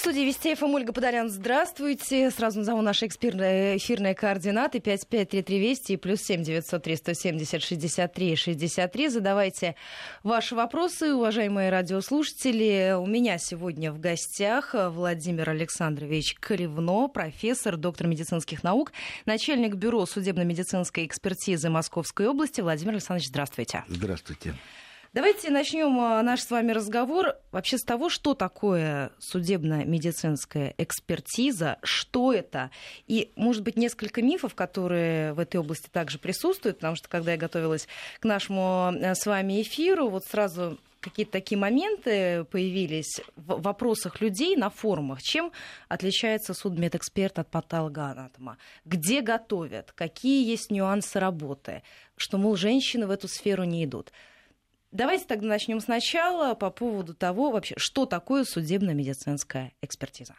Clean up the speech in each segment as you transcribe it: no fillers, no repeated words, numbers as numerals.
студии Вести ФМ Ольга Подолян. Здравствуйте. Сразу назову наши эфирные координаты. 5533 Вести и +7 903 170 63 63. Задавайте ваши вопросы, уважаемые радиослушатели. У меня сегодня в гостях Владимир Александрович Кривно, профессор, доктор медицинских наук, начальник бюро судебно-медицинской экспертизы Московской области. Владимир Александрович, здравствуйте. Здравствуйте. Давайте начнем наш с вами разговор вообще с того, что такое судебно-медицинская экспертиза, что это, и, может быть, несколько мифов, которые в этой области также присутствуют, потому что, когда я готовилась к нашему с вами эфиру, вот сразу какие-то такие моменты появились в вопросах людей на форумах. Чем отличается судмедэксперт от патологоанатома? Где готовят? Какие есть нюансы работы? Что, мол, женщины в эту сферу не идут. Давайте тогда начнем сначала по поводу того, вообще, что такое судебно-медицинская экспертиза.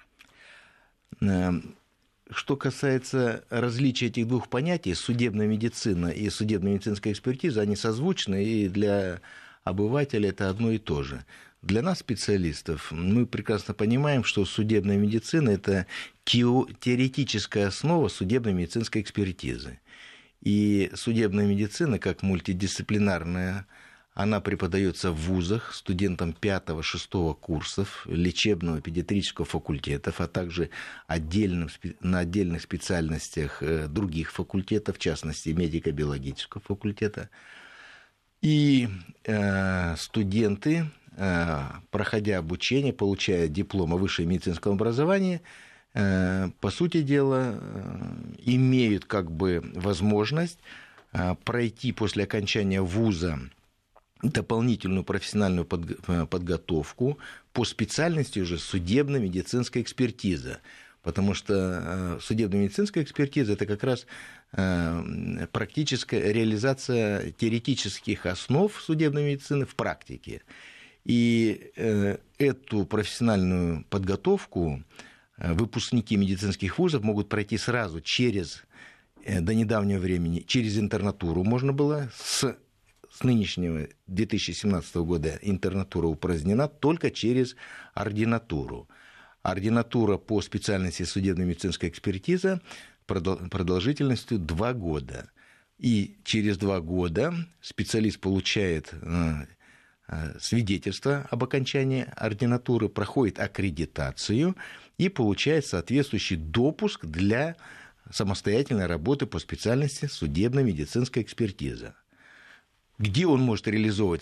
Что касается различия этих двух понятий, судебная медицина и судебно-медицинская экспертиза, они созвучны, и для обывателя это одно и то же. Для нас, специалистов, мы прекрасно понимаем, что судебная медицина – это теоретическая основа судебно-медицинской экспертизы. И судебная медицина, как мультидисциплинарная, она преподается в вузах студентам 5-6 курсов лечебного педиатрического факультетов, а также на отдельных специальностях других факультетов, в частности, медико-биологического факультета. И студенты, проходя обучение, получая диплом о высшем медицинском образовании, по сути дела, имеют как бы возможность пройти после окончания вуза дополнительную профессиональную подготовку по специальности уже судебно-медицинская экспертиза. Потому что судебно-медицинская экспертиза – это как раз практическая реализация теоретических основ судебной медицины в практике. И эту профессиональную подготовку выпускники медицинских вузов могут пройти сразу до недавнего времени, через интернатуру можно было. С нынешнего 2017 года интернатура упразднена только через ординатуру. Ординатура по специальности судебно-медицинская экспертиза продолжительностью 2 года. И через 2 года специалист получает свидетельство об окончании ординатуры, проходит аккредитацию и получает соответствующий допуск для самостоятельной работы по специальности судебно-медицинская экспертиза. Где он может реализовывать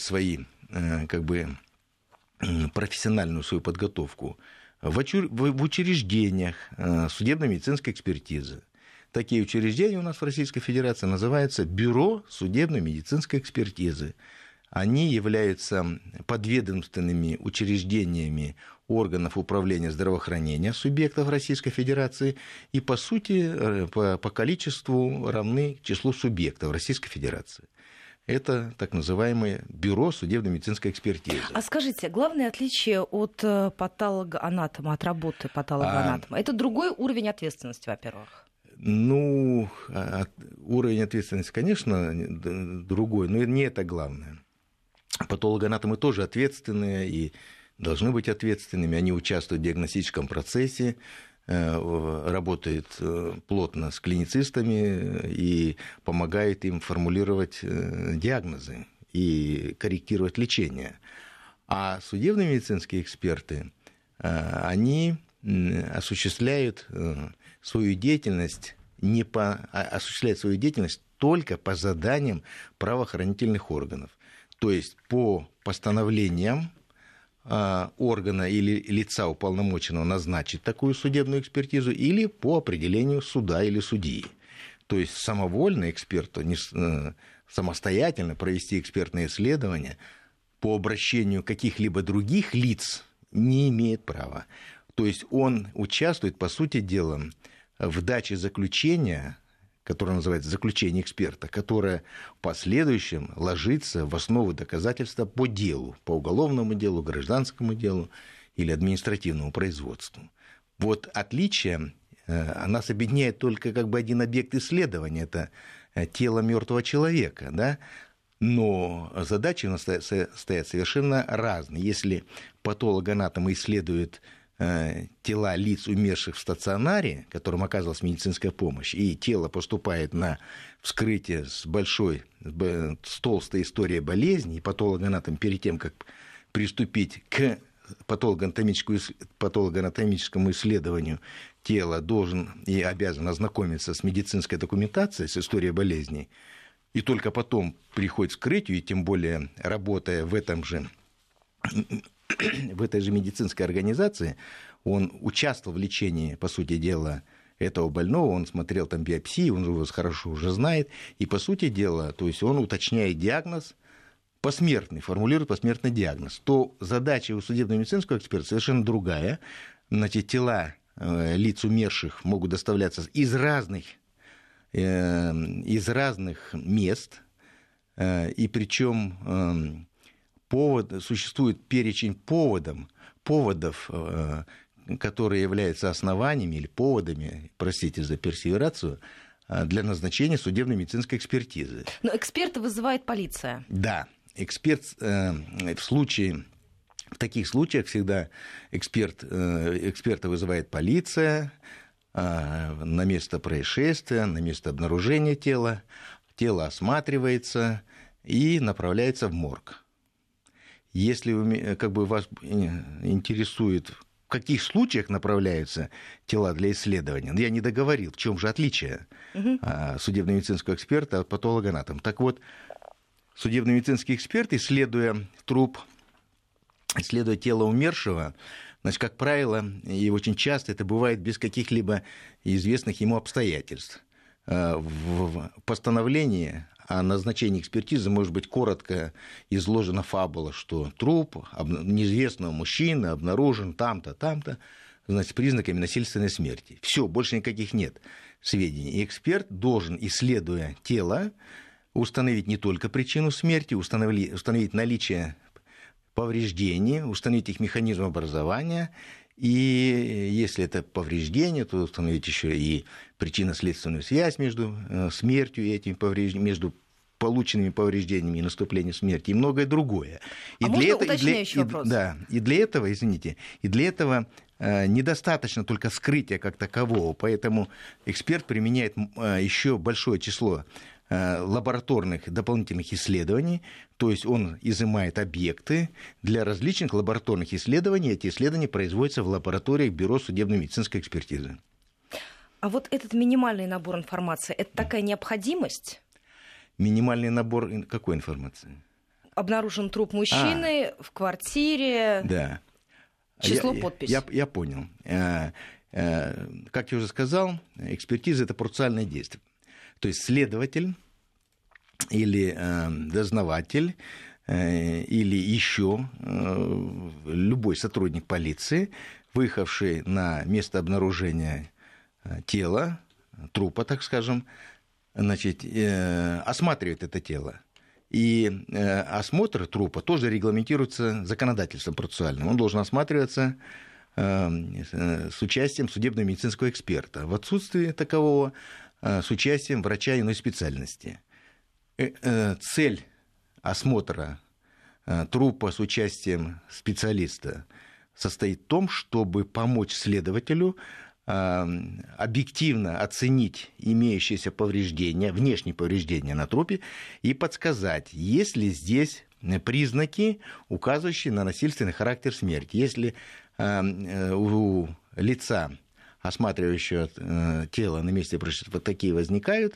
профессиональную свою подготовку? В учреждениях судебно-медицинской экспертизы. Такие учреждения у нас в Российской Федерации называются Бюро судебно-медицинской экспертизы. Они являются подведомственными учреждениями органов управления здравоохранения субъектов Российской Федерации и, по сути, по количеству равны числу субъектов Российской Федерации. Это так называемое Бюро судебно-медицинской экспертизы. А скажите, главное отличие от патологоанатома, от работы патологоанатома, это другой уровень ответственности, во-первых? Уровень ответственности, конечно, другой, но не это главное. Патологоанатомы тоже ответственные и должны быть ответственными. Они участвуют в диагностическом процессе, работает плотно с клиницистами и помогает им формулировать диагнозы и корректировать лечение. А судебные медицинские эксперты, они осуществляют свою деятельность только по заданиям правоохранительных органов. То есть по постановлениям органа или лица уполномоченного назначить такую судебную экспертизу или по определению суда или судьи. То есть самовольно эксперту самостоятельно провести экспертное исследование по обращению каких-либо других лиц не имеет права. То есть он участвует, по сути дела, в даче заключения, которое называется заключение эксперта, которое в последующем ложится в основу доказательства по делу, по уголовному делу, гражданскому делу или административному производству. Вот отличие, нас объединяет только один объект исследования, это тело мертвого человека, да? Но задачи у нас стоят совершенно разные. Если патологоанатомы исследуют тела лиц, умерших в стационаре, которым оказывалась медицинская помощь, и тело поступает на вскрытие с толстой историей болезни, и патологоанатом перед тем, как приступить к патологоанатомическому исследованию тела, должен и обязан ознакомиться с медицинской документацией, с историей болезни, и только потом приходит к вскрытию, и тем более работая в этой же медицинской организации, он участвовал в лечении, по сути дела, этого больного, он смотрел там биопсии, он его хорошо уже знает, и, по сути дела, то есть он уточняет диагноз посмертный, формулирует посмертный диагноз. То задача у судебно-медицинского эксперта совершенно другая. Значит, тела лиц умерших могут доставляться из разных мест, и причем существует перечень поводов, которые являются основаниями или поводами, простите за персеверацию, для назначения судебно-медицинской экспертизы. Но эксперта вызывает полиция. Да, эксперт в таких случаях всегда эксперта вызывает полиция на место происшествия, на место обнаружения тела. Тело осматривается и направляется в морг. Если вас интересует, в каких случаях направляются тела для исследования, я не договорил, в чем же отличие судебно-медицинского эксперта от патологоанатома. Так вот, судебно-медицинский эксперт, исследуя тело умершего, значит, как правило, и очень часто это бывает без каких-либо известных ему обстоятельств. В постановлении о назначении экспертизы может быть коротко изложена фабула, что труп неизвестного мужчины обнаружен там-то, там-то, значит, признаками насильственной смерти. Все, больше никаких нет сведений. И эксперт должен, исследуя тело, установить не только причину смерти, установить наличие повреждений, установить их механизм образования, и если это повреждение, то установить еще и причинно-следственную связь между смертью и этими повреждениями, между полученными повреждениями и наступлением смерти, и многое другое. И можно уточняющий вопрос? Да, и для этого недостаточно только вскрытия как такового, поэтому эксперт применяет еще большое число лабораторных дополнительных исследований, то есть он изымает объекты для различных лабораторных исследований. Эти исследования производятся в лабораториях Бюро судебно-медицинской экспертизы. А вот этот минимальный набор информации, это такая необходимость? Минимальный набор какой информации? Обнаружен труп мужчины в квартире, да. число подписей. Я понял. Как я уже сказал, экспертиза – это процессуальное действие. То есть следователь или дознаватель или еще любой сотрудник полиции, выехавший на место обнаружения тела, трупа, так скажем, значит, осматривает это тело. И осмотр трупа тоже регламентируется законодательством процессуальным. Он должен осматриваться с участием судебно-медицинского эксперта. В отсутствие такового с участием врача иной специальности. Цель осмотра трупа с участием специалиста состоит в том, чтобы помочь следователю объективно оценить имеющиеся повреждения, внешние повреждения на трупе и подсказать, есть ли здесь признаки, указывающие на насильственный характер смерти. Если у лица, осматривающего тело на месте происшествия, вот такие возникают,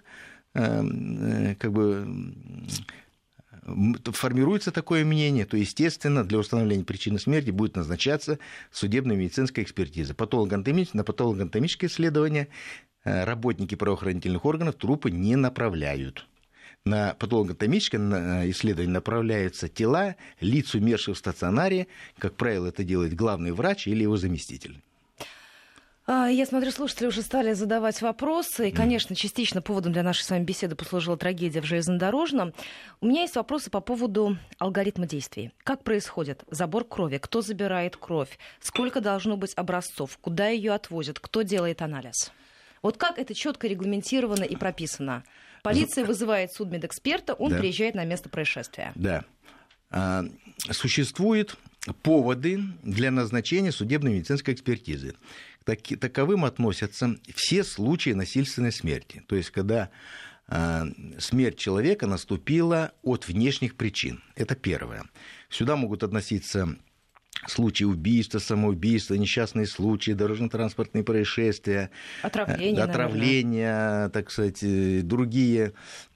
формируется такое мнение, то, естественно, для установления причины смерти будет назначаться судебно-медицинская экспертиза. На патологоанатомическое исследование работники правоохранительных органов трупы не направляют. На патологоанатомическое исследование направляются тела лиц, умерших в стационаре. Как правило, это делает главный врач или его заместитель. Я смотрю, слушатели уже стали задавать вопросы. И, конечно, частично поводом для нашей с вами беседы послужила трагедия в железнодорожном. У меня есть вопросы по поводу алгоритма действий. Как происходит забор крови? Кто забирает кровь? Сколько должно быть образцов? Куда ее отвозят? Кто делает анализ? Вот как это четко регламентировано и прописано? Полиция вызывает судмедэксперта, он приезжает на место происшествия. Да. Существует поводы для назначения судебно-медицинской экспертизы. Таковым относятся все случаи насильственной смерти. То есть, когда смерть человека наступила от внешних причин. Это первое. Сюда могут относиться случаи убийства, самоубийства, несчастные случаи, дорожно-транспортные происшествия, отравления, так сказать, другие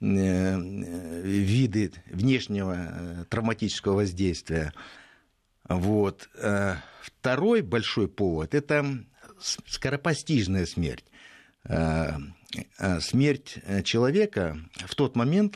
виды внешнего травматического воздействия. Вот. Второй большой повод – это скоропостижная смерть. Смерть человека в тот момент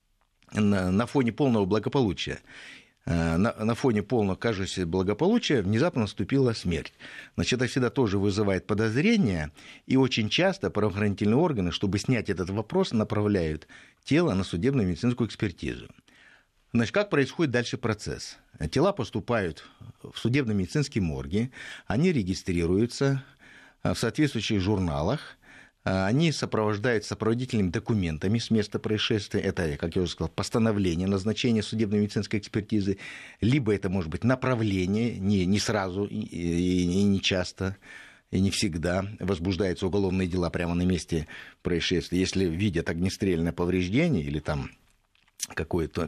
на фоне полного благополучия, на фоне полного кажущегося благополучия внезапно наступила смерть. Значит, это всегда тоже вызывает подозрения, и очень часто правоохранительные органы, чтобы снять этот вопрос, направляют тело на судебно-медицинскую экспертизу. Значит, как происходит дальше процесс? Тела поступают в судебно-медицинские морги, они регистрируются в соответствующих журналах, они сопровождаются сопроводительными документами с места происшествия. Это, как я уже сказал, постановление назначения судебно-медицинской экспертизы. Либо это может быть направление, не сразу и не часто, и не всегда возбуждаются уголовные дела прямо на месте происшествия. Если видят огнестрельное повреждение или там какое-то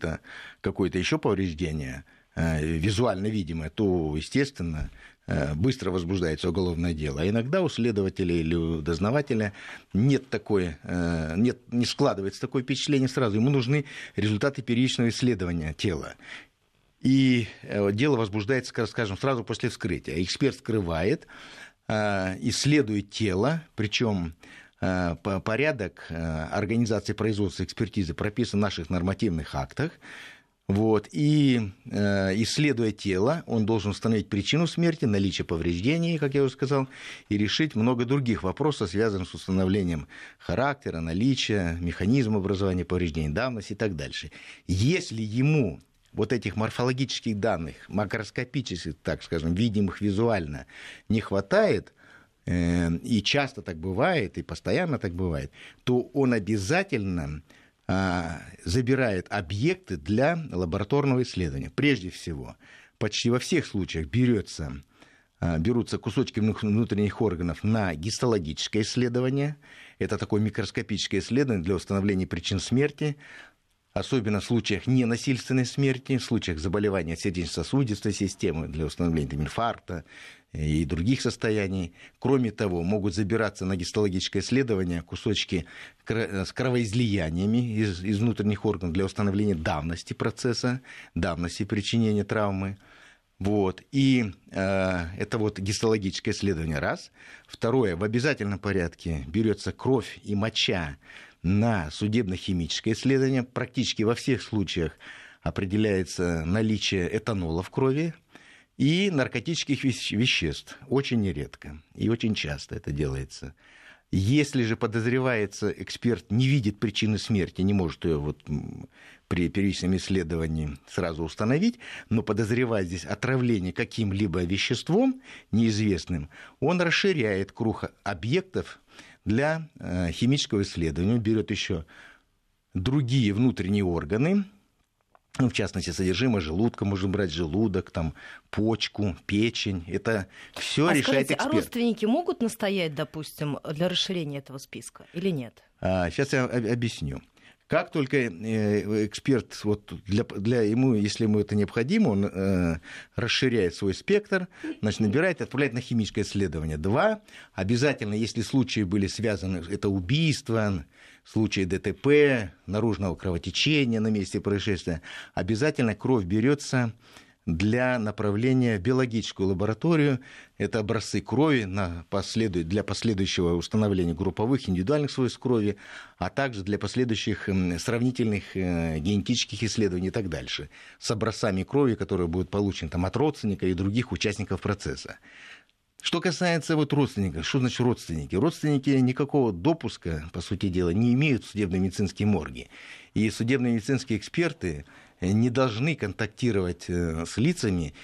еще повреждение, визуально видимое, то, естественно, быстро возбуждается уголовное дело. А иногда у следователя или у дознавателя не складывается такое впечатление сразу. Ему нужны результаты первичного исследования тела. И дело возбуждается, скажем, сразу после вскрытия. Эксперт вскрывает, исследует тело, причем порядок организации производства экспертизы прописан в наших нормативных актах. Вот. И, исследуя тело, он должен установить причину смерти, наличие повреждений, как я уже сказал, и решить много других вопросов, связанных с установлением характера, наличия, механизма образования повреждений, давности и так дальше. Если ему вот этих морфологических данных, макроскопических, так скажем, видимых визуально, не хватает, и часто так бывает, и постоянно так бывает, то он обязательно забирает объекты для лабораторного исследования. Прежде всего, почти во всех случаях берутся кусочки внутренних органов на гистологическое исследование. Это такое микроскопическое исследование для установления причин смерти, особенно в случаях ненасильственной смерти, в случаях заболевания сердечно-сосудистой системы, для установления инфаркта и других состояний. Кроме того, могут забираться на гистологическое исследование кусочки с кровоизлияниями из внутренних органов для установления давности процесса, давности причинения травмы. Вот. И это вот гистологическое исследование раз. Второе, в обязательном порядке берется кровь и моча на судебно-химическое исследование. Практически во всех случаях определяется наличие этанола в крови и наркотических веществ. Очень нередко и очень часто это делается. Если же подозревается, эксперт не видит причины смерти, не может ее вот при первичном исследовании сразу установить, но подозревает здесь отравление каким-либо веществом неизвестным, он расширяет круг объектов для химического исследования. Он берет еще другие внутренние органы, в частности, содержимое желудка, можно брать желудок, там, почку, печень. Это все решает эксперт. А родственники могут настоять, допустим, для расширения этого списка или нет? Сейчас я объясню. Как только эксперт, вот ему, если ему это необходимо, он расширяет свой спектр, значит, набирает и отправляет на химическое исследование. 2. Обязательно, если случаи были связаны, это убийство, случаи ДТП, наружного кровотечения на месте происшествия, обязательно кровь берется для направления в биологическую лабораторию. Это образцы крови для последующего установления групповых, индивидуальных свойств крови, а также для последующих сравнительных генетических исследований и так дальше, с образцами крови, которые будут получены там, от родственника и других участников процесса. Что касается вот родственников, что значит родственники? Родственники никакого допуска, по сути дела, не имеют в судебно-медицинские морги. И судебно-медицинские эксперты не должны контактировать с лицами,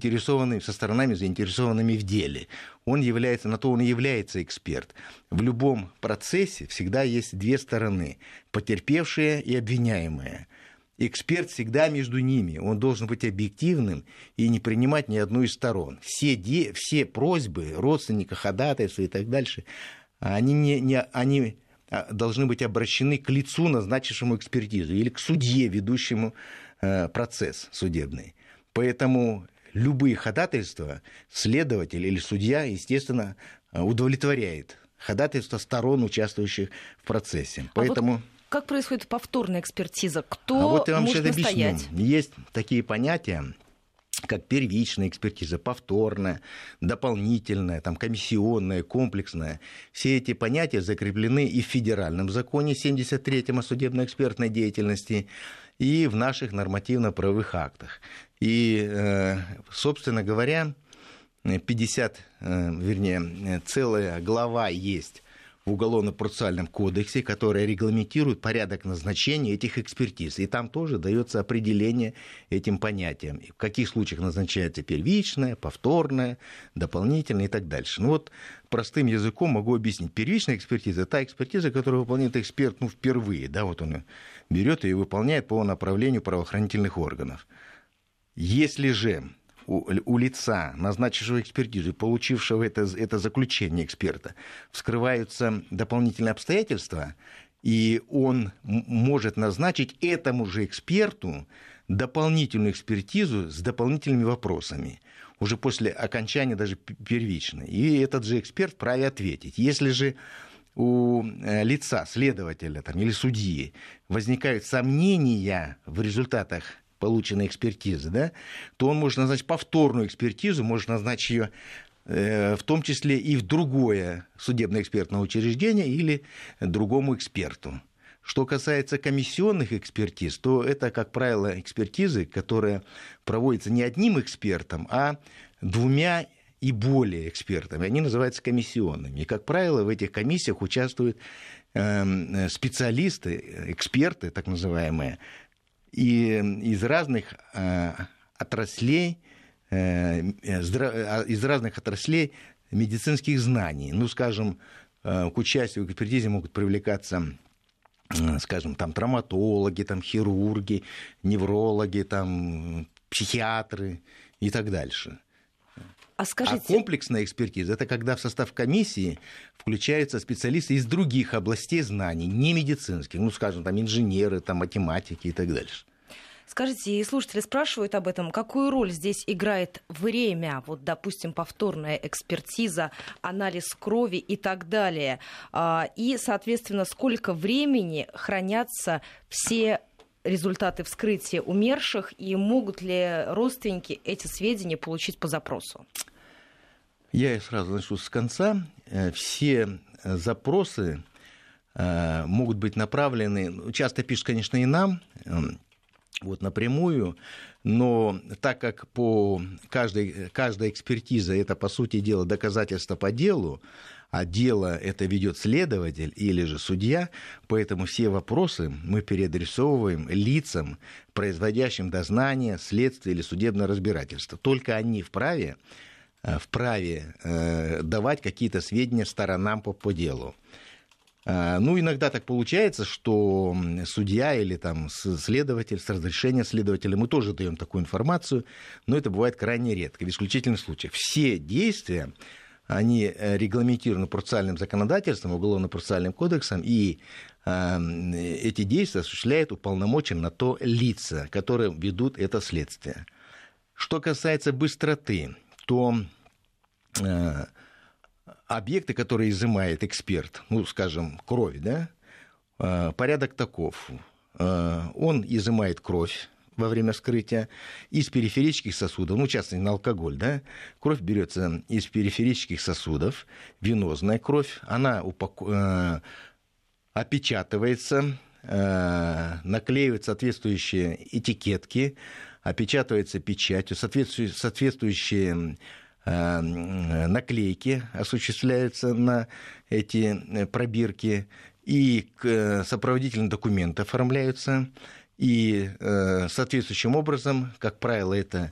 со сторонами, заинтересованными в деле. На то он и является эксперт. В любом процессе всегда есть две стороны – потерпевшие и обвиняемые. эксперт всегда между ними. Он должен быть объективным и не принимать ни одну из сторон. Все просьбы родственника, ходатайства и так дальше, они должны быть обращены к лицу, назначившему экспертизу, или к судье, ведущему процесс судебный. Поэтому любые ходатайства следователь или судья, естественно, удовлетворяет ходатайство сторон, участвующих в процессе. Поэтому... Как происходит повторная экспертиза? Кто я вам может сейчас настоять? объясню. Есть такие понятия, как первичная экспертиза, повторная, дополнительная, комиссионная, комплексная. Все эти понятия закреплены и в федеральном законе 73-м о судебно-экспертной деятельности, и в наших нормативно-правовых актах. И, собственно говоря, целая глава есть в Уголовно-процессуальном кодексе, которая регламентирует порядок назначения этих экспертиз. И там тоже дается определение этим понятиям. В каких случаях назначается первичная, повторная, дополнительная и так дальше. Простым языком могу объяснить. Первичная экспертиза – это та экспертиза, которую выполняет эксперт впервые. Он берет и выполняет по направлению правоохранительных органов. Если же у лица, назначившего экспертизу, получившего это заключение эксперта, вскрываются дополнительные обстоятельства, и он может назначить этому же эксперту дополнительную экспертизу с дополнительными вопросами, уже после окончания даже первичной. И этот же эксперт вправе ответить. Если же у лица, следователя или судьи возникают сомнения в результатах полученной экспертизы, то он может назначить повторную экспертизу, может назначить ее в том числе и в другое судебно-экспертное учреждение или другому эксперту. Что касается комиссионных экспертиз, то это, как правило, экспертизы, которые проводятся не одним экспертом, а двумя и более экспертами. Они называются комиссионными. И, как правило, в этих комиссиях участвуют специалисты, эксперты, так называемые, и из разных отраслей, медицинских знаний. Скажем, к участию в экспертизе могут привлекаться, травматологи, хирурги, неврологи, психиатры и так дальше. А комплексная экспертиза – это когда в состав комиссии включаются специалисты из других областей знаний, не медицинских, инженеры, математики и так дальше. Скажите, и слушатели спрашивают об этом, какую роль здесь играет время, допустим, повторная экспертиза, анализ крови и так далее, и, соответственно, сколько времени хранятся все результаты вскрытия умерших, и могут ли родственники эти сведения получить по запросу? Я сразу начну с конца. Все запросы могут быть направлены, часто пишут, конечно, и нам, напрямую, но так как каждая экспертиза – это, по сути дела, доказательство по делу, а дело это ведет следователь или же судья, поэтому все вопросы мы переадресовываем лицам, производящим дознание, следствие или судебное разбирательство. Только они вправе давать какие-то сведения сторонам по делу. Иногда так получается, что судья или следователь, с разрешения следователя, мы тоже даем такую информацию, но это бывает крайне редко, в исключительных случаях. Все действия, они регламентированы процессуальным законодательством, Уголовно-процессуальным кодексом, и эти действия осуществляют уполномоченные на то лица, которые ведут это следствие. Что касается быстроты, то объекты, которые изымает эксперт, кровь, порядок таков. Он изымает кровь во время вскрытия из периферических сосудов, в частности, на алкоголь, кровь берется из периферических сосудов, венозная кровь, она опечатывается, наклеиваются соответствующие этикетки, опечатывается печатью, соответствующие наклейки осуществляются на эти пробирки, и сопроводительные документы оформляются, и соответствующим образом, как правило, это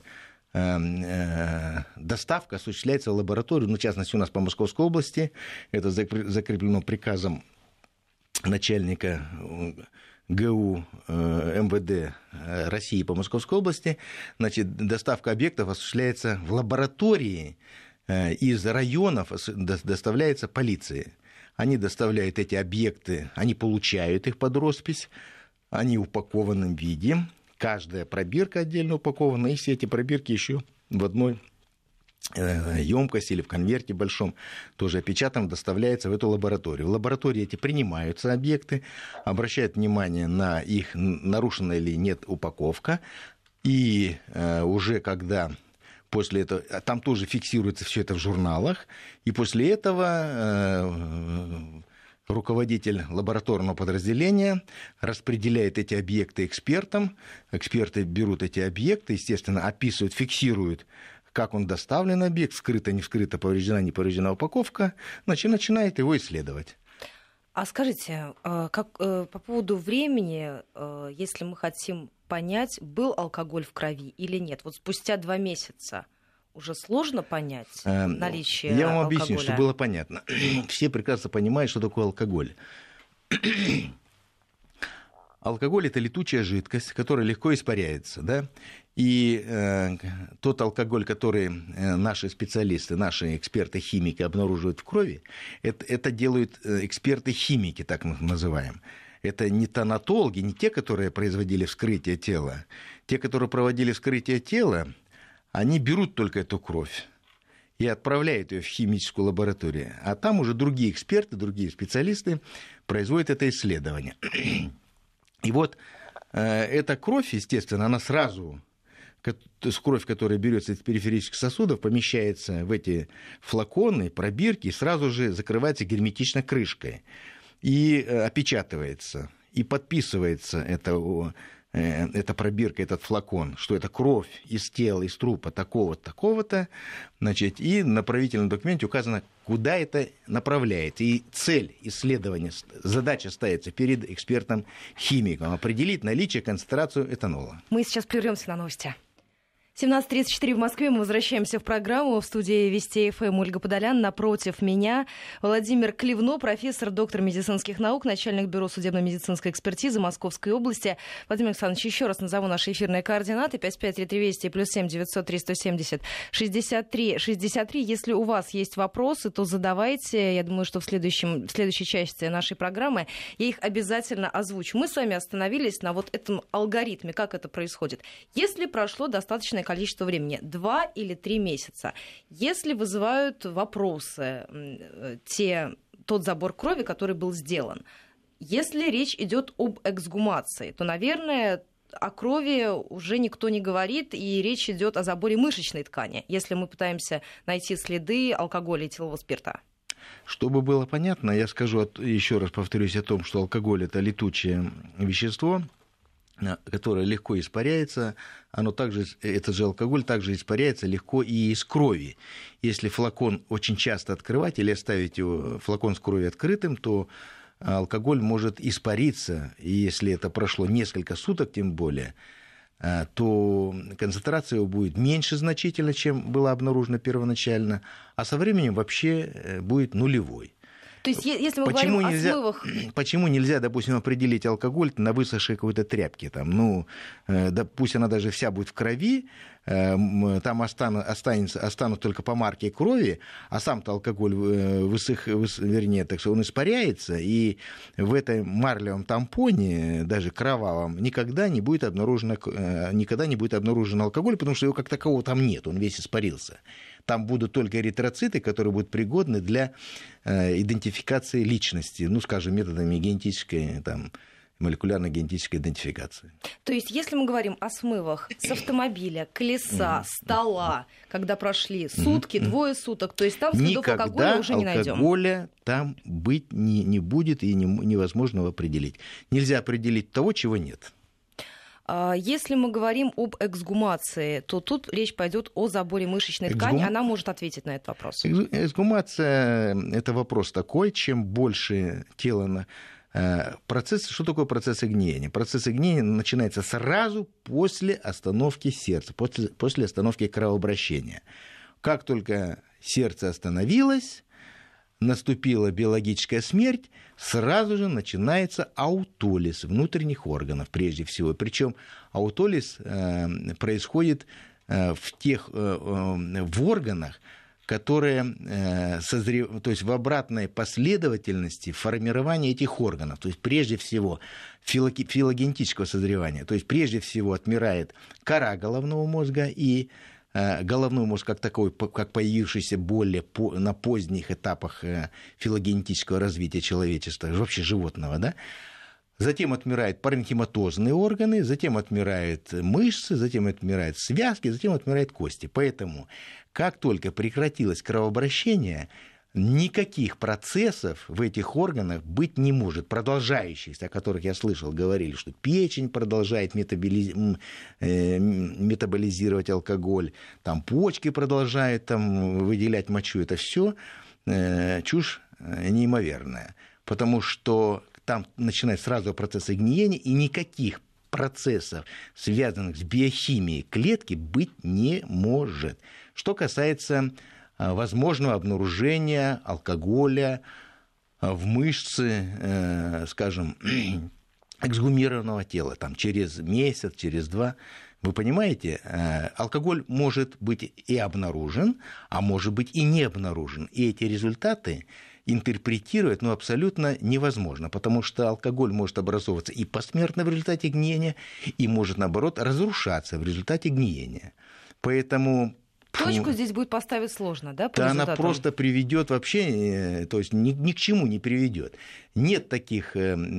доставка осуществляется в лабораторию, в частности, у нас по Московской области, это закреплено приказом начальника ГУ МВД России по Московской области, значит, доставка объектов осуществляется в лаборатории, из районов доставляется полиции. Они доставляют эти объекты, они получают их под роспись, они в упакованном виде, каждая пробирка отдельно упакована, и все эти пробирки еще в одной емкости или в конверте большом, тоже опечатанном, доставляется в эту лабораторию. В лаборатории эти принимаются объекты, обращают внимание на их, нарушена или нет упаковка, и уже когда после этого, там тоже фиксируется все это в журналах, и после этого руководитель лабораторного подразделения распределяет эти объекты экспертам. Эксперты берут эти объекты, естественно, описывают, фиксируют, как он доставлен объект, скрыта, не вскрыта, повреждена, не повреждена упаковка, значит, начинает его исследовать. А скажите, по поводу времени, если мы хотим понять, был алкоголь в крови или нет, вот спустя 2 месяца уже сложно понять наличие алкоголя? Я вам объясню, чтобы было понятно. Все прекрасно понимают, что такое алкоголь. Алкоголь – это летучая жидкость, которая легко испаряется, да? И тот алкоголь, который наши специалисты, наши эксперты-химики обнаруживают в крови, это делают эксперты-химики, так мы их называем. Это не тонатологи, не те, которые производили вскрытие тела. Те, которые проводили вскрытие тела, они берут только эту кровь и отправляют ее в химическую лабораторию. А там уже другие эксперты, другие специалисты производят это исследование. И вот эта кровь, естественно, она сразу, кровь, которая берется из периферических сосудов, помещается в эти флаконы, пробирки, и сразу же закрывается герметично крышкой. И опечатывается, и подписывается эта пробирка, этот флакон, что это кровь из тела, из трупа такого-то, такого-то, значит, и на направительном документе указано, куда это направляет. И цель исследования, задача ставится перед экспертом-химиком, определить наличие, концентрацию этанола. Мы сейчас прервемся на новости. 17:34 в Москве. Мы возвращаемся в программу. В студии Вести ФМ Ольга Подолян. Напротив меня Владимир Клевно, профессор, доктор медицинских наук, начальник бюро судебно-медицинской экспертизы Московской области. Владимир Александрович, еще раз назову наши эфирные координаты. 553320 +7 903 170 63 63. Если у вас есть вопросы, то задавайте. Я думаю, что в следующей части нашей программы я их обязательно озвучу. Мы с вами остановились на вот этом алгоритме, как это происходит. Если прошло достаточное количество времени, 2 или 3 месяца. Если вызывают вопросы тот забор крови, который был сделан, если речь идет об эксгумации, то, наверное, о крови уже никто не говорит, и речь идет о заборе мышечной ткани, если мы пытаемся найти следы алкоголя и этилового спирта. Чтобы было понятно, я скажу, еще раз повторюсь о том, что алкоголь – это летучее вещество, которое легко испаряется, этот же алкоголь также испаряется легко и из крови. Если флакон очень часто открывать или оставить флакон с кровью открытым, то алкоголь может испариться, и если это прошло несколько суток, тем более, то концентрация его будет меньше значительно, чем была обнаружена первоначально, а со временем вообще будет нулевой. То есть, если мы говорим о смывах... Почему нельзя, допустим, определить алкоголь на высохшей какой-то тряпке? Пусть она даже вся будет в крови, там останутся только по марке крови, а сам-то алкоголь он испаряется, и в этом марлевом тампоне, даже кровавом, никогда не будет обнаружен алкоголь, потому что его как такового там нет, он весь испарился. Там будут только эритроциты, которые будут пригодны для идентификации личности, скажем, методами генетической, молекулярно-генетической идентификации. То есть, если мы говорим о смывах с автомобиля, колеса, стола, когда прошли сутки, 2 суток, то есть там следов алкоголя уже не найдем. Никогда алкоголя там быть не будет и невозможно его определить. Нельзя определить того, чего нет. Если мы говорим об эксгумации, то тут речь пойдет о заборе мышечной ткани. Она может ответить на этот вопрос. Эксгумация – это вопрос такой, чем больше тело... Что такое процесс гниения? Процесс гниения начинается сразу после остановки сердца, после остановки кровообращения. Как только сердце остановилось, наступила биологическая смерть, сразу же начинается аутолиз внутренних органов, прежде всего. Причем аутолиз происходит в органах, которые то есть в обратной последовательности формирования этих органов. То есть прежде всего филогенетического созревания. То есть прежде всего отмирает кора головного мозга, и головной мозг как такой, как появившийся более на поздних этапах филогенетического развития человечества, вообще животного, да? Затем отмирают паренхиматозные органы, затем отмирают мышцы, затем отмирают связки, затем отмирают кости. Поэтому, как только прекратилось кровообращение, никаких процессов в этих органах быть не может, продолжающихся, о которых я слышал, говорили, что печень продолжает метаболизировать алкоголь, там почки продолжают там выделять мочу. Это все чушь неимоверная, потому что там начинается сразу процесс гниения, и никаких процессов, связанных с биохимией клетки, быть не может. Что касается возможного обнаружения алкоголя в мышце, скажем, эксгумированного тела, там, через месяц, через два. Вы понимаете, алкоголь может быть и обнаружен, а может быть и не обнаружен. И эти результаты интерпретировать абсолютно невозможно, потому что алкоголь может образовываться и посмертно в результате гниения, и может, наоборот, разрушаться в результате гниения. Поэтому... Точку здесь будет поставить сложно, да? Да, она просто приведет вообще, то есть ни к чему не приведет. Нет таких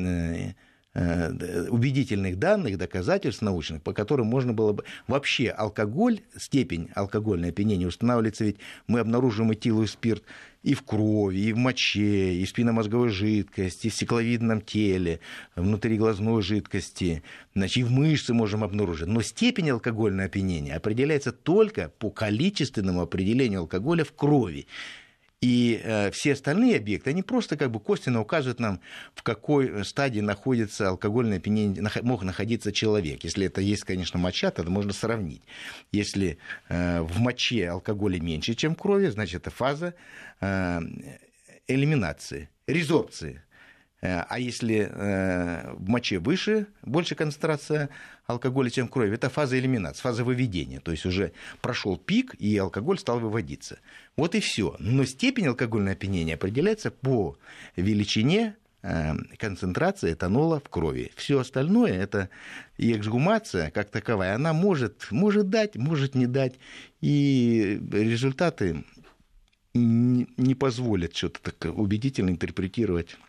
убедительных данных, доказательств научных, по которым можно было бы... Вообще алкоголь, степень алкогольного опьянения устанавливается, ведь мы обнаружим этиловый спирт и в крови, и в моче, и в спинномозговой жидкости, и в стекловидном теле, внутриглазной жидкости, значит, и в мышце можем обнаружить. Но степень алкогольного опьянения определяется только по количественному определению алкоголя в крови. И все остальные объекты, они просто как бы косвенно указывают нам, в какой стадии находится алкогольное опьянение, мог находиться человек. Если это есть, конечно, моча, тогда можно сравнить. Если в моче алкоголя меньше, чем в крови, значит, это фаза элиминации, резорбции. А если в моче больше концентрация алкоголя, чем в крови, это фаза элиминации, фаза выведения. То есть уже прошел пик, и алкоголь стал выводиться. Вот и все. Но степень алкогольного опьянения определяется по величине концентрации этанола в крови. Все остальное, это и эксгумация как таковая, она может дать, может не дать. И результаты не позволят что-то так убедительно интерпретировать,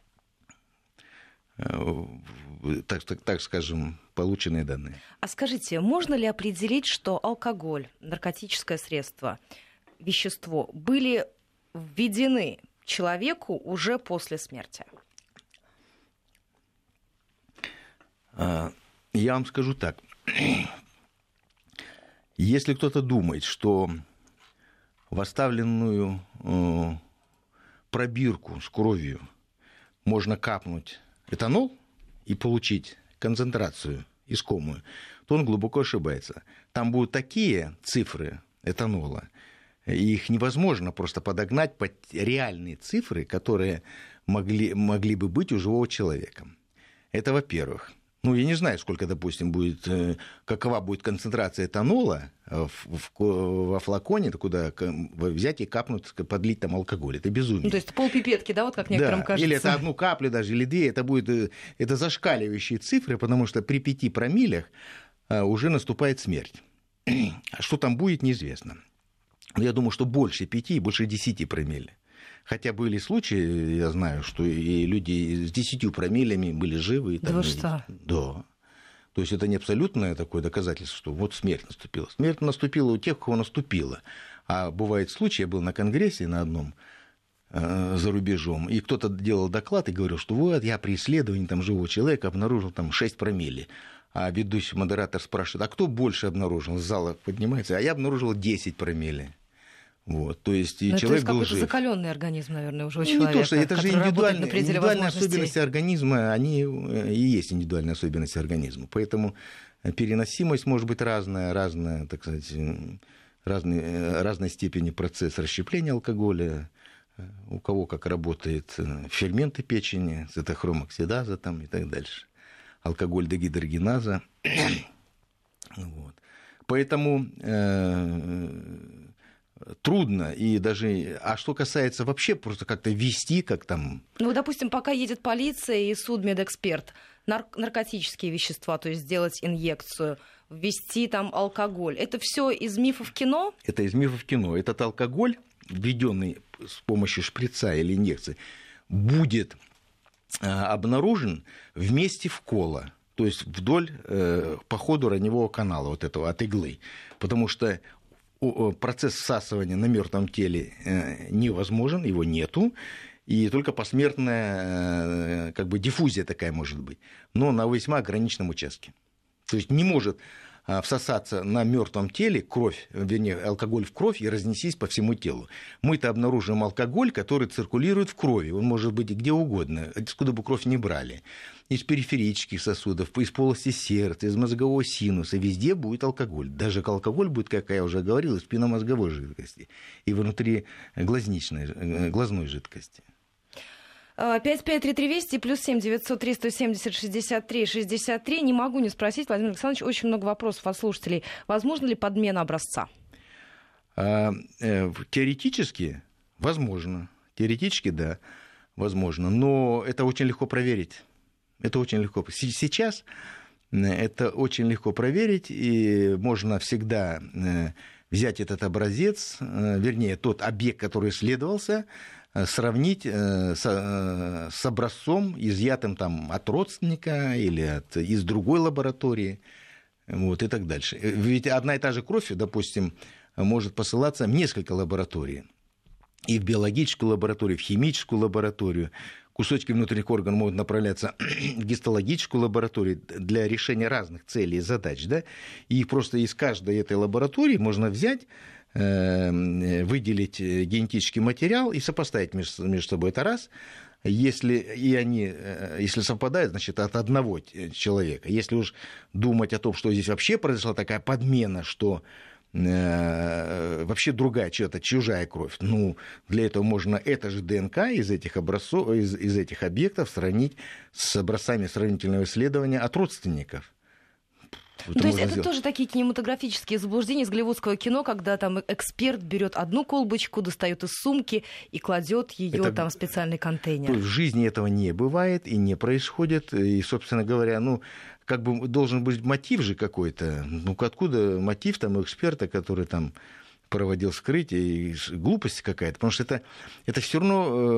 так скажем, полученные данные. А скажите, можно ли определить, что алкоголь, наркотическое средство, вещество были введены человеку уже после смерти? Я вам скажу так. Если кто-то думает, что в оставленную пробирку с кровью можно капнуть этанол и получить концентрацию искомую, то он глубоко ошибается. Там будут такие цифры этанола, их невозможно просто подогнать под реальные цифры, которые могли бы быть у живого человека. Это во-первых. Я не знаю, сколько, допустим, какова будет концентрация этанола во флаконе, куда взять и капнуть, подлить там алкоголь. Это безумие. То есть полпипетки, да, вот как некоторым кажется. Или это одну каплю даже, или две. Это зашкаливающие цифры, потому что при 5 промиллях уже наступает смерть. Что там будет, неизвестно. Я думаю, что больше 5 и больше 10 промилле. Хотя были случаи, я знаю, что и люди с 10 промиллями были живы. Да вы что? Да. То есть это не абсолютное такое доказательство, что вот смерть наступила. Смерть наступила у тех, у кого наступила. А бывают случаи, я был на конгрессе на одном за рубежом, и кто-то делал доклад и говорил, что вот я при исследовании там, живого человека обнаружил там 6 промилле. А ведущий модератор спрашивает, а кто больше обнаружил? С зала поднимается, а я обнаружил 10 промилле. Вот, то есть, и человек был жив. Это закаленный организм, наверное, уже у человека. Не то, что это же индивидуальные особенности организма, они и есть индивидуальные особенности организма. Поэтому переносимость может быть разная, так сказать, разной степени процесса расщепления алкоголя, у кого как работает ферменты печени, цитохромоксидаза там и так дальше, алкоголь дегидрогеназа. Вот. Поэтому трудно. И даже... А что касается вообще просто как-то вести, как там... Ну, допустим, пока едет полиция и судмедэксперт, наркотические вещества, то есть сделать инъекцию, ввести там алкоголь. Это все из мифов кино? Это из мифов кино. Этот алкоголь, введенный с помощью шприца или инъекции, будет обнаружен в месте вкола. То есть вдоль, по ходу раневого канала вот этого, от иглы. Потому что процесс всасывания на мертвом теле невозможен, его нету. И только посмертная как бы, диффузия такая может быть. Но на весьма ограниченном участке. То есть не может всосаться на мертвом теле кровь, вернее, алкоголь в кровь и разнестись по всему телу. Мы-то обнаружим алкоголь, который циркулирует в крови. Он может быть где угодно, откуда бы кровь не брали. Из периферических сосудов, из полости сердца, из мозгового синуса. Везде будет алкоголь. Даже алкоголь будет, как я уже говорил, из спинномозговой жидкости и внутри глазной жидкости. 553320 плюс 7 903 170 63 63. Не могу не спросить, Владимир Александрович, очень много вопросов от слушателей. Возможно ли подмена образца? Теоретически возможно. Теоретически, да, возможно. Но это очень легко проверить. Это очень легко. Сейчас это очень легко проверить, и можно всегда взять этот образец, вернее, тот объект, который исследовался, сравнить с образцом, изъятым там, от родственника или из другой лаборатории, вот, и так дальше. Ведь одна и та же кровь, допустим, может посылаться в несколько лабораторий. И в биологическую лабораторию, в химическую лабораторию. Кусочки внутренних органов могут направляться в гистологическую лабораторию для решения разных целей и задач. Да? И просто из каждой этой лаборатории можно взять, выделить генетический материал и сопоставить между собой. Это раз. Если совпадают, значит, от одного человека. Если уж думать о том, что здесь вообще произошла такая подмена, что вообще другая, чужая кровь. Ну, для этого можно это же ДНК из этих образцов, из этих объектов сравнить с образцами сравнительного исследования от родственников. То есть это тоже такие кинематографические заблуждения из голливудского кино, когда там эксперт берет одну колбочку, достает из сумки и кладет ее там в специальный контейнер. В жизни этого не бывает и не происходит. И, собственно говоря, как бы должен быть мотив же какой-то. Ну, откуда мотив там у эксперта, который там проводил вскрытие, и глупость какая-то, потому что это все равно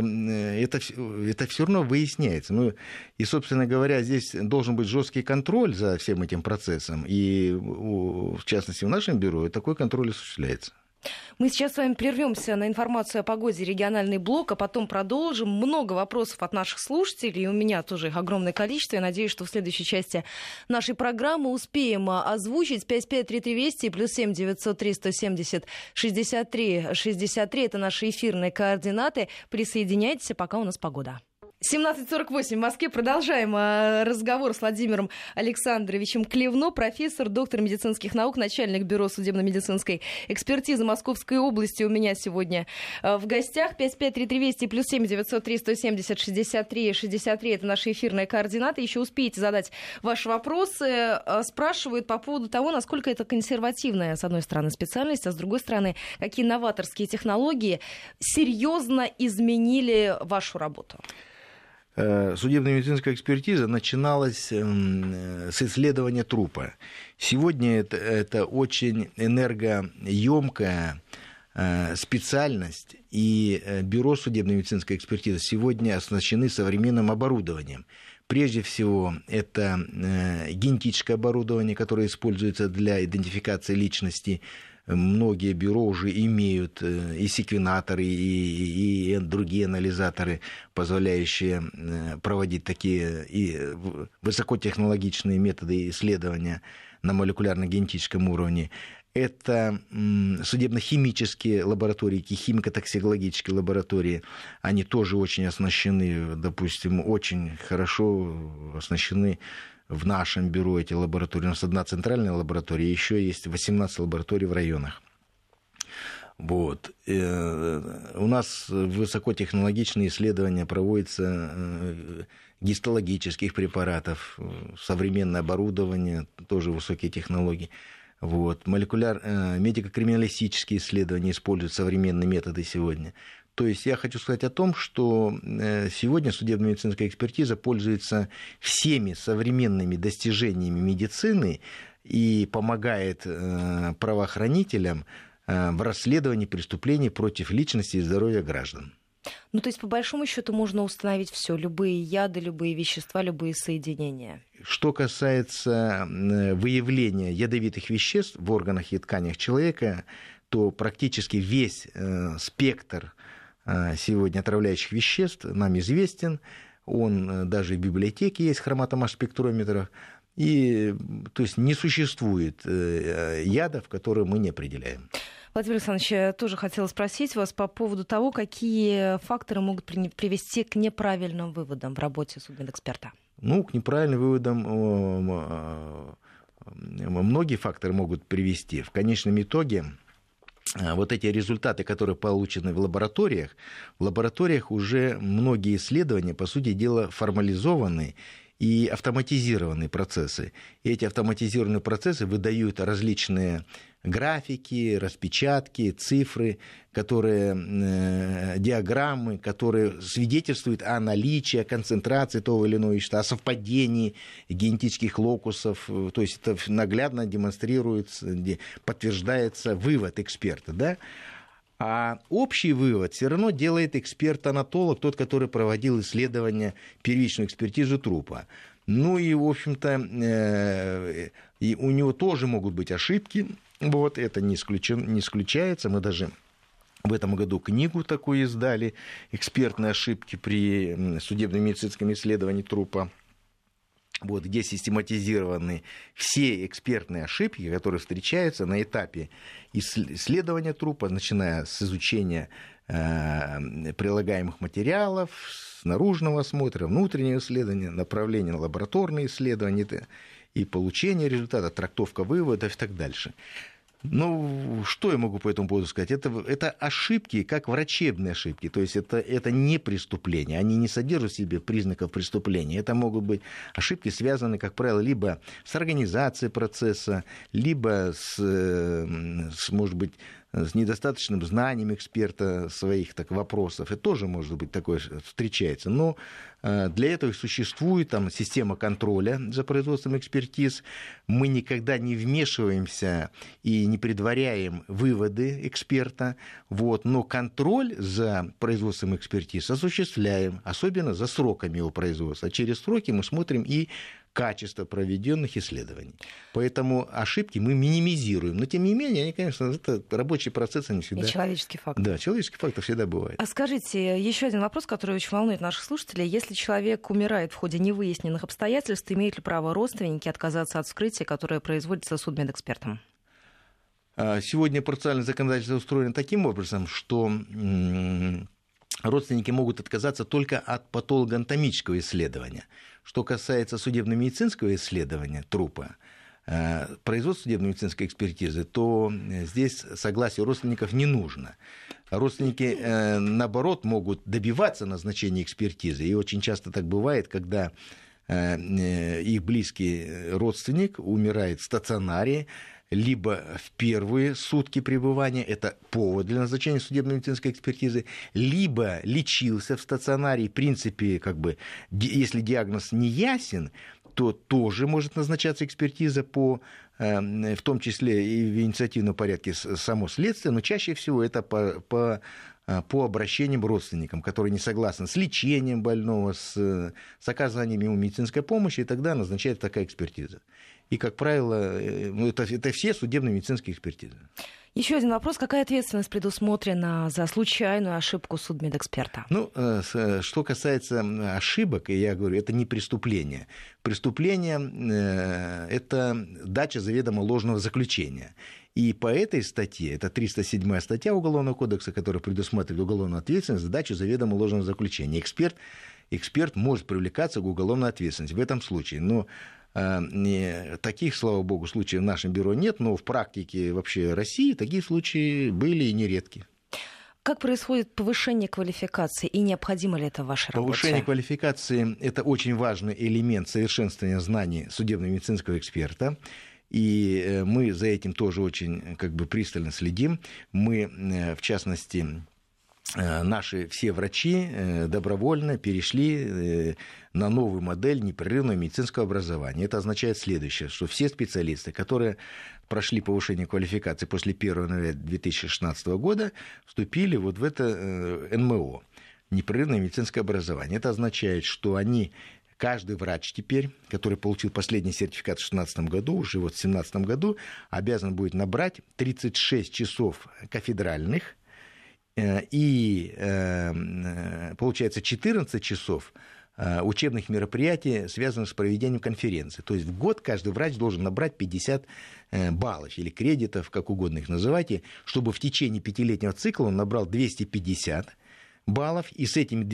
выясняется. Ну, и, собственно говоря, здесь должен быть жесткий контроль за всем этим процессом, и, в частности, в нашем бюро такой контроль осуществляется. Мы сейчас с вами прервемся на информацию о погоде, региональный блок, а потом продолжим. Много вопросов от наших слушателей, и у меня тоже их огромное количество. Я надеюсь, что в следующей части нашей программы успеем озвучить. 553320 плюс 7 903 170 63 63. Это наши эфирные координаты. Присоединяйтесь, пока у нас погода. 17:48 в Москве. Продолжаем разговор с Владимиром Александровичем Клевно, профессор, доктор медицинских наук, начальник бюро судебно-медицинской экспертизы Московской области у меня сегодня в гостях. 553320 плюс 7 903 170 63 63. Это наши эфирные координаты. Еще успеете задать ваши вопросы. Спрашивают по поводу того, насколько это консервативная, с одной стороны, специальность, а с другой стороны, какие новаторские технологии серьезно изменили вашу работу. Судебно-медицинская экспертиза начиналась с исследования трупа. Сегодня это очень энергоемкая специальность, и бюро судебно-медицинской экспертизы сегодня оснащены современным оборудованием. Прежде всего, это генетическое оборудование, которое используется для идентификации личности. Многие бюро уже имеют и секвенаторы, и другие анализаторы, позволяющие проводить такие и высокотехнологичные методы исследования на молекулярно-генетическом уровне. Это судебно-химические лаборатории, химико-токсикологические лаборатории. Они тоже очень оснащены, допустим, очень хорошо оснащены. В нашем бюро эти лаборатории. У нас одна центральная лаборатория, еще есть 18 лабораторий в районах. Вот. У нас высокотехнологичные исследования проводятся гистологических препаратов, современное оборудование, тоже высокие технологии. Вот. Медико-криминалистические исследования используют современные методы сегодня. То есть я хочу сказать о том, что сегодня судебно-медицинская экспертиза пользуется всеми современными достижениями медицины и помогает правоохранителям в расследовании преступлений против личности и здоровья граждан. Ну, то есть, по большому счету, можно установить все: любые яды, любые вещества, любые соединения. Что касается выявления ядовитых веществ в органах и тканях человека, то практически весь спектр сегодня отравляющих веществ нам известен. Он даже в библиотеке есть, хроматомасс-спектрометров. И, то есть, не существует ядов, которые мы не определяем. Владимир Александрович, я тоже хотела спросить вас по поводу того, какие факторы могут привести к неправильным выводам в работе судмедэксперта. Ну, к неправильным выводам многие факторы могут привести. В конечном итоге вот эти результаты, которые получены в лабораториях уже многие исследования, по сути дела, формализованы и автоматизированные процессы. И эти автоматизированные процессы выдают различные графики, распечатки, цифры, диаграммы, которые свидетельствуют о наличии, о концентрации того или иного вещества, о совпадении генетических локусов. То есть это наглядно демонстрируется, подтверждается вывод эксперта, да? А общий вывод все равно делает эксперт-анатолог, тот, который проводил исследование, первичную экспертизу трупа. Ну и, в общем-то, и у него тоже могут быть ошибки. Вот, это не исключается. Мы даже в этом году книгу такую издали «Экспертные ошибки при судебно-медицинском исследовании трупа». Вот, где систематизированы все экспертные ошибки, которые встречаются на этапе исследования трупа, начиная с изучения прилагаемых материалов, с наружного осмотра, внутреннего исследования, направления на лабораторные исследования и получения результата, трактовка выводов и так дальше. Ну, что я могу по этому поводу сказать? Это ошибки, как врачебные ошибки. То есть это не преступления. Они не содержат в себе признаков преступления. Это могут быть ошибки, связанные, как правило, либо с организацией процесса, либо может быть, с недостаточным знанием эксперта своих вопросов. Это тоже, может быть, такое встречается. Но для этого существует система контроля за производством экспертиз. Мы никогда не вмешиваемся и не предваряем выводы эксперта. Вот. Но контроль за производством экспертиз осуществляем, особенно за сроками его производства. А через сроки мы смотрим и качество проведенных исследований. Поэтому ошибки мы минимизируем. Но, тем не менее, они, конечно, это рабочий процесс, они всегда... И человеческий фактор. Да, человеческий фактор всегда бывает. А скажите, еще один вопрос, который очень волнует наших слушателей. Если человек умирает в ходе невыясненных обстоятельств, имеют ли право родственники отказаться от вскрытия, которое производится судмедэкспертом? Сегодня процессуальное законодательство устроено таким образом, что родственники могут отказаться только от патологоанатомического исследования. Что касается судебно-медицинского исследования трупа, производства судебно-медицинской экспертизы, то здесь согласие родственников не нужно. Родственники, наоборот, могут добиваться назначения экспертизы. И очень часто так бывает, когда их близкий родственник умирает в стационаре, либо в первые сутки пребывания, это повод для назначения судебно-медицинской экспертизы, либо лечился в стационаре, в принципе, если диагноз не ясен, то тоже может назначаться экспертиза в том числе и в инициативном порядке само следствие, но чаще всего это по обращениям родственникам, которые не согласны с лечением больного, с оказанием ему медицинской помощи, и тогда назначается такая экспертиза. И, как правило, это все судебно-медицинские экспертизы. Еще один вопрос. Какая ответственность предусмотрена за случайную ошибку судмедэксперта? Что касается ошибок, я говорю, это не преступление. Преступление – это дача заведомо ложного заключения. И по этой статье, это 307-я статья Уголовного кодекса, которая предусматривает уголовную ответственность за дачу заведомо ложного заключения. Эксперт может привлекаться к уголовной ответственности в этом случае. Но Таких, слава богу, случаев в нашем бюро нет, но в практике вообще России такие случаи были и нередки. Как происходит повышение квалификации и необходимо ли это в вашей работе? Повышение квалификации – это очень важный элемент совершенствования знаний судебно-медицинского эксперта. И мы за этим тоже очень пристально следим. Мы, в частности, наши все врачи добровольно перешли на новую модель непрерывного медицинского образования. Это означает следующее, что все специалисты, которые прошли повышение квалификации после 1 января 2016 года, вступили вот в это НМО, непрерывное медицинское образование. Это означает, что каждый врач теперь, который получил последний сертификат в 2016 году, уже вот в 2017 году, обязан будет набрать 36 часов кафедральных, и, получается, 14 часов учебных мероприятий, связанных с проведением конференции. То есть в год каждый врач должен набрать 50 баллов или кредитов, как угодно их называйте, чтобы в течение 5-летнего цикла он набрал 250 баллов, и с этими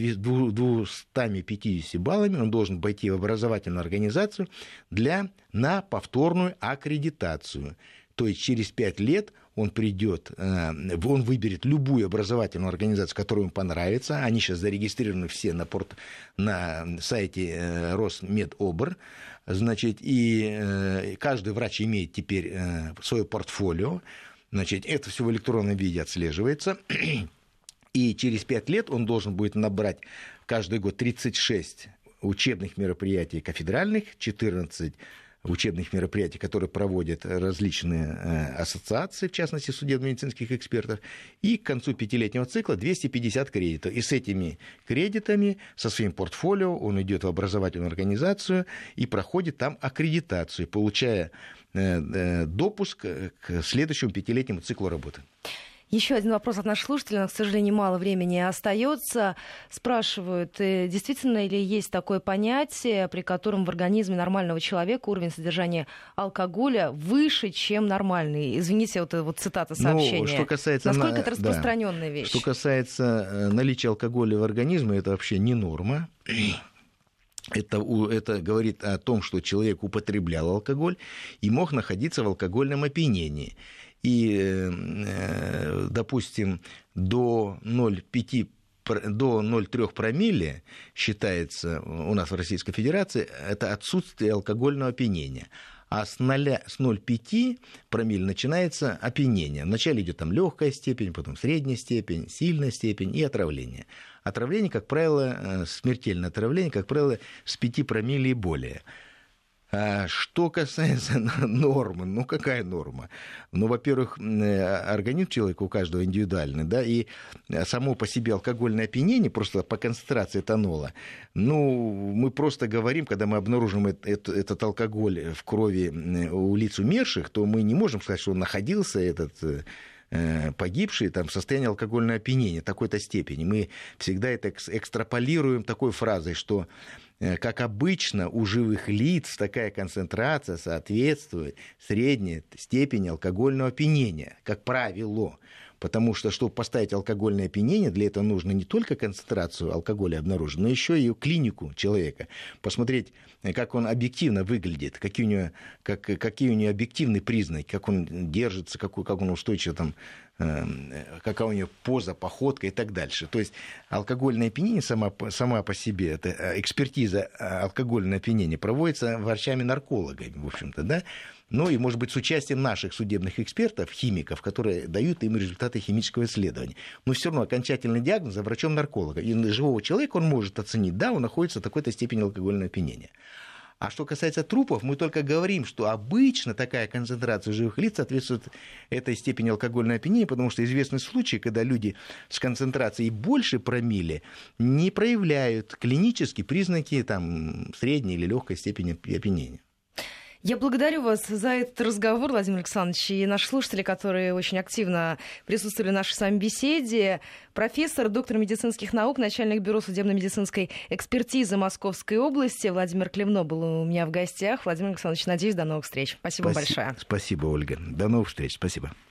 250 баллами он должен пойти в образовательную организацию на повторную аккредитацию. То есть через 5 лет он придет, он выберет любую образовательную организацию, которая ему понравится. Они сейчас зарегистрированы все на сайте Росмедобр. Значит, и каждый врач имеет теперь свое портфолио. Значит, это все в электронном виде отслеживается. И через 5 лет он должен будет набрать каждый год 36 учебных мероприятий кафедральных, 14 учебных мероприятий, которые проводят различные ассоциации, в частности, судебно-медицинских экспертов, и к концу 5-летнего цикла 250 кредитов. И с этими кредитами, со своим портфолио, он идет в образовательную организацию и проходит там аккредитацию, получая допуск к следующему 5-летнему циклу работы. Еще один вопрос от наших слушателей, но, к сожалению, мало времени остается. Спрашивают, действительно ли есть такое понятие, при котором в организме нормального человека уровень содержания алкоголя выше, чем нормальный? Извините, вот цитата сообщения. Что касается, насколько это распространенная вещь? Что касается наличия алкоголя в организме, это вообще не норма. Это говорит о том, что человек употреблял алкоголь и мог находиться в алкогольном опьянении. И, допустим, до 0,3 промилле считается у нас в Российской Федерации это отсутствие алкогольного опьянения. А с 0,5 промилле начинается опьянение. Вначале идет там легкая степень, потом средняя степень, сильная степень и отравление. Отравление, как правило, смертельное отравление, как правило, с 5 промилле и более. Что касается нормы, какая норма? Во-первых, организм человека у каждого индивидуальный, да, и само по себе алкогольное опьянение, просто по концентрации этанола, мы просто говорим, когда мы обнаружим этот алкоголь в крови у лиц умерших, то мы не можем сказать, что он находился, этот погибший в состоянии алкогольного опьянения такой-то степени. Мы всегда это экстраполируем такой фразой, что как обычно, у живых лиц такая концентрация соответствует средней степени алкогольного опьянения, как правило. Потому что, чтобы поставить алкогольное опьянение, для этого нужно не только концентрацию алкоголя обнаружить, но еще и клинику человека. Посмотреть, как он объективно выглядит, какие у него объективные признаки, как он держится, как он устойчиво какая у него поза, походка и так дальше. То есть алкогольное опьянение сама по себе, это экспертиза алкогольного опьянения проводится врачами-наркологами, в общем-то, да. И, может быть, с участием наших судебных экспертов, химиков, которые дают им результаты химического исследования. Но все равно окончательный диагноз за врачом-нарколога. И живого человека он может оценить, да, он находится в такой-то степени алкогольного опьянения. А что касается трупов, мы только говорим, что обычно такая концентрация живых лиц соответствует этой степени алкогольного опьянения, потому что известны случаи, когда люди с концентрацией больше промилле не проявляют клинические признаки средней или легкой степени опьянения. Я благодарю вас за этот разговор, Владимир Александрович, и наши слушатели, которые очень активно присутствовали в нашей с вами беседе. Профессор, доктор медицинских наук, начальник бюро судебно-медицинской экспертизы Московской области Владимир Клевно был у меня в гостях. Владимир Александрович, надеюсь, до новых встреч. Спасибо большое. Спасибо, Ольга. До новых встреч. Спасибо.